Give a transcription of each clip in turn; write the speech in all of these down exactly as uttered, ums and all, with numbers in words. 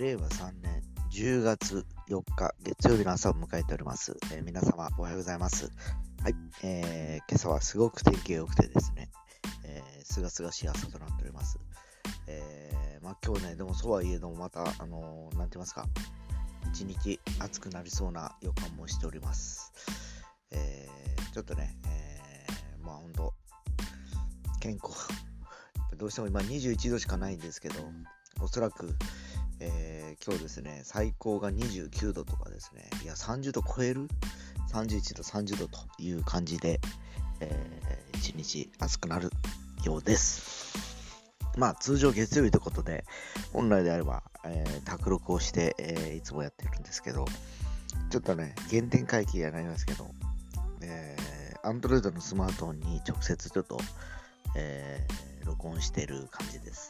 れいわさんねんじゅうがつよっか月曜日の朝を迎えております。えー皆様おはようございます。はい、えー今朝はすごく天気が良くてですね、えー、すがすがしい朝となっております。えーまあ、今日ね、でもそうはいえどもまた、あのーなんて言いますか、一日暑くなりそうな予感もしております。えーちょっとね、えーまあ本当健康どうしても今にじゅういちどしかないんですけど、おそらく、えー今日ですね、最高がにじゅうきゅうどとかですね、いやさんじゅうど超えるさんじゅういちど、さんじゅうどという感じで、えー、一日暑くなるようです。まあ通常月曜日ということで、本来であれば、えー、卓録をして、えーいつもやってるんですけど、ちょっとね、原点回帰にはなりますけど、えー、Android のスマートフォンに直接ちょっと、えー、録音してる感じです。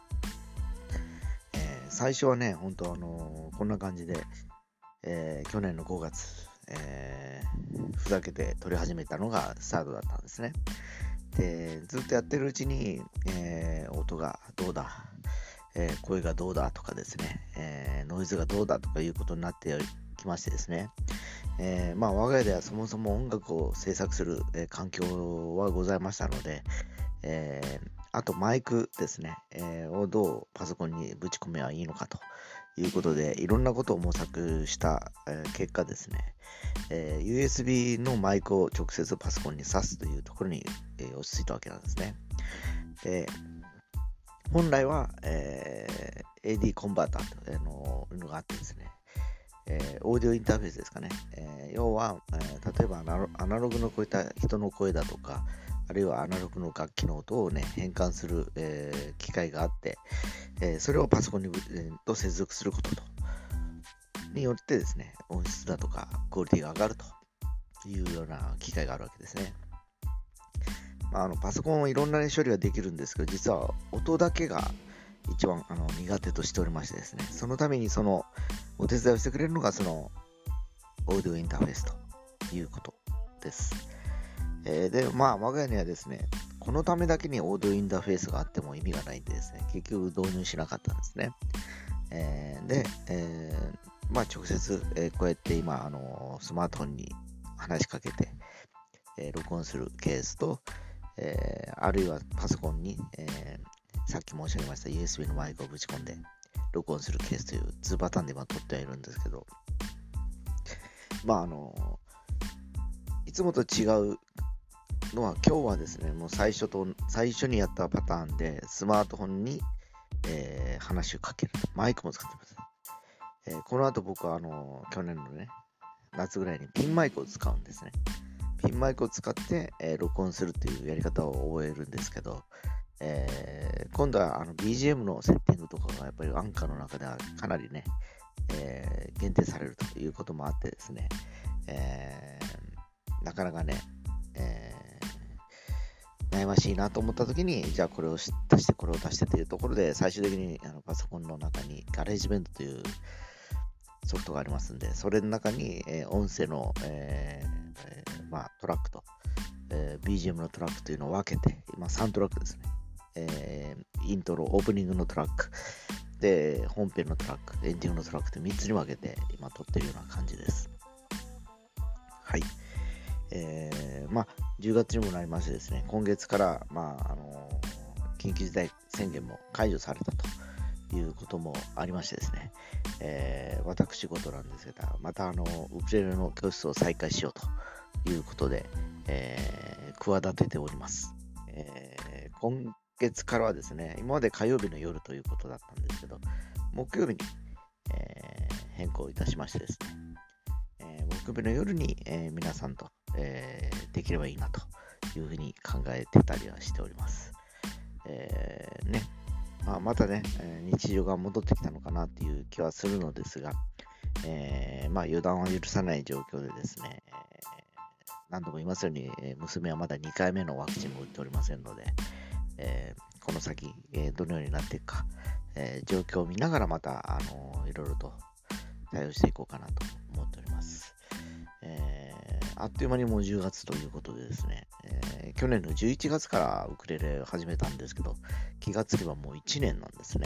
えー最初はね、本当あのーこんな感じで、えー去年のごがつ、えーふざけて撮り始めたのがスタートだったんですね。で、ずっとやってるうちに、えー音がどうだ、えー声がどうだとかですね、えーノイズがどうだとかいうことになってきましてですね、えーまあ我が家ではそもそも音楽を制作する、えー環境はございましたので、えーあとマイクですね、えーをどうパソコンにぶち込めばいいのかということで、いろんなことを模索した、えー結果ですね、えー ユーエスビー のマイクを直接パソコンに挿すというところに、えー落ち着いたわけなんですね。で、本来は、えー エーディー コンバーターというののがあってですね、えーオーディオインターフェースですかね。えー要は、えー例えばアナロアナログのこういった人の声だとか、あるいはアナログの楽器の音をね、変換する、えー機械があって、えーそれをパソコンに、えーと接続することと、によってですね、音質だとかクオリティが上がるというような機械があるわけですね。まあ、あのパソコンはいろんな、ね、処理ができるんですけど、実は音だけが一番あの苦手としておりましてですね、そのためにそのお手伝いをしてくれるのがそのオーディオインターフェースということです。えーで、まあ我が家にはですね、このためだけにオーディオインターフェースがあっても意味がないんでですね、結局導入しなかったんですね。えーで、えーまあ直接、えーこうやって今、あのースマートフォンに話しかけて、えー録音するケースと、えーあるいはパソコンに、えーさっき申し上げました ユーエスビー のマイクをぶち込んで録音するケースというにパターンで今撮ってはいるんですけど、まああのいつもと違うのは、今日はですね、もう最初と最初にやったパターンでスマートフォンに、えー話をかける、マイクも使ってます。えーこの後僕はあの去年のね夏ぐらいにピンマイクを使うんですね。ピンマイクを使って、えー録音するっていうやり方を覚えるんですけど、えー今度はあの ビージーエム のセッティングとかがやっぱりアンカーの中ではかなりね、えー限定されるということもあってですね、えーなかなかね、えー悩ましいなと思った時に、じゃあこれを足してこれを足してというところで、最終的にあのパソコンの中にガレージベンドというソフトがありますんで、それの中に、えー音声の、えーえーまあ、トラックと、えービージーエム のトラックというのを分けて、今さんトラックですね。えーイントロ、オープニングのトラック、で、本編のトラック、エンディングのトラックとみっつに分けて今撮ってるような感じです。はい。えー、まあ、じゅうがつにもなりましてですね、今月から、まあ、あのー緊急事態宣言も解除されたということもありましてですね、えー、私事なんですが、またあのウクレレの教室を再開しようということで、えー、企てております。えー、今月からはですね、今まで火曜日の夜ということだったんですけど、木曜日に、えー変更いたしましてですね、えー木曜日の夜に、えー皆さんと、えーできればいいなというふうに考えてたりはしております。えーねまあ、またね、えー日常が戻ってきたのかなっていう気はするのですが、えーまあ、予断は許さない状況でですね、えー何度も言いますように、えー娘はまだにかいめのワクチンも打っておりませんので、えーこの先、えーどのようになっていくか、えー状況を見ながらまた、あのーいろいろと対応していこうかなと思っております。えーあっという間にもうじゅうがつということでですね、えー去年のじゅういちがつからウクレレを始めたんですけど、気がつけばもういちねんなんですね。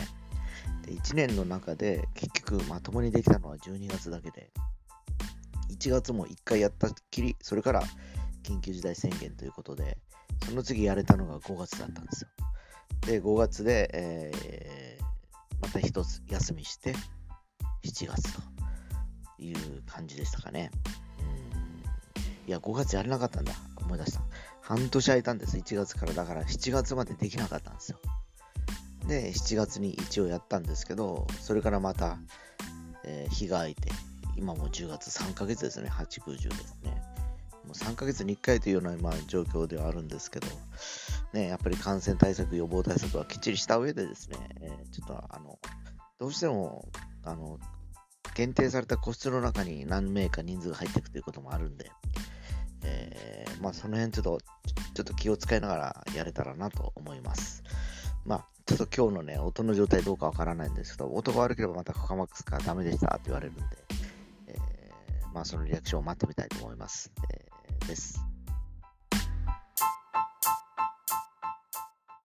で、いちねんの中で結局まともにできたのはじゅうにがつだけで、いちがつもいっかいやったっきり、それから緊急事態宣言ということで、その次やれたのがごがつだったんですよ。で、ごがつで、えー、また一つ休みして、しちがつという感じでしたかね。うんいや、ごがつやれなかったんだ。思い出した。半年空いたんです、いちがつから。だからしちがつまでできなかったんですよ。で、しちがつに一応やったんですけど、それからまた、えー日が空いて、今もうじゅうがつさんかげつですね。はち、く、じゅうですね。もうさんかげつにいっかいというような今状況ではあるんですけど、ね、やっぱり感染対策、予防対策はきっちりした上でですね、えーちょっとあの、どうしても、あの、限定された個室の中に何名か人数が入っていくということもあるんで、えーまあその辺ちょっと、ちょっと気を使いながらやれたらなと思います。まあ、ちょっと今日のね、音の状態どうかわからないんですけど、音が悪ければまた深マックスがダメでしたって言われるんで、えーまあそのリアクションを待ってみたいと思います。えーです。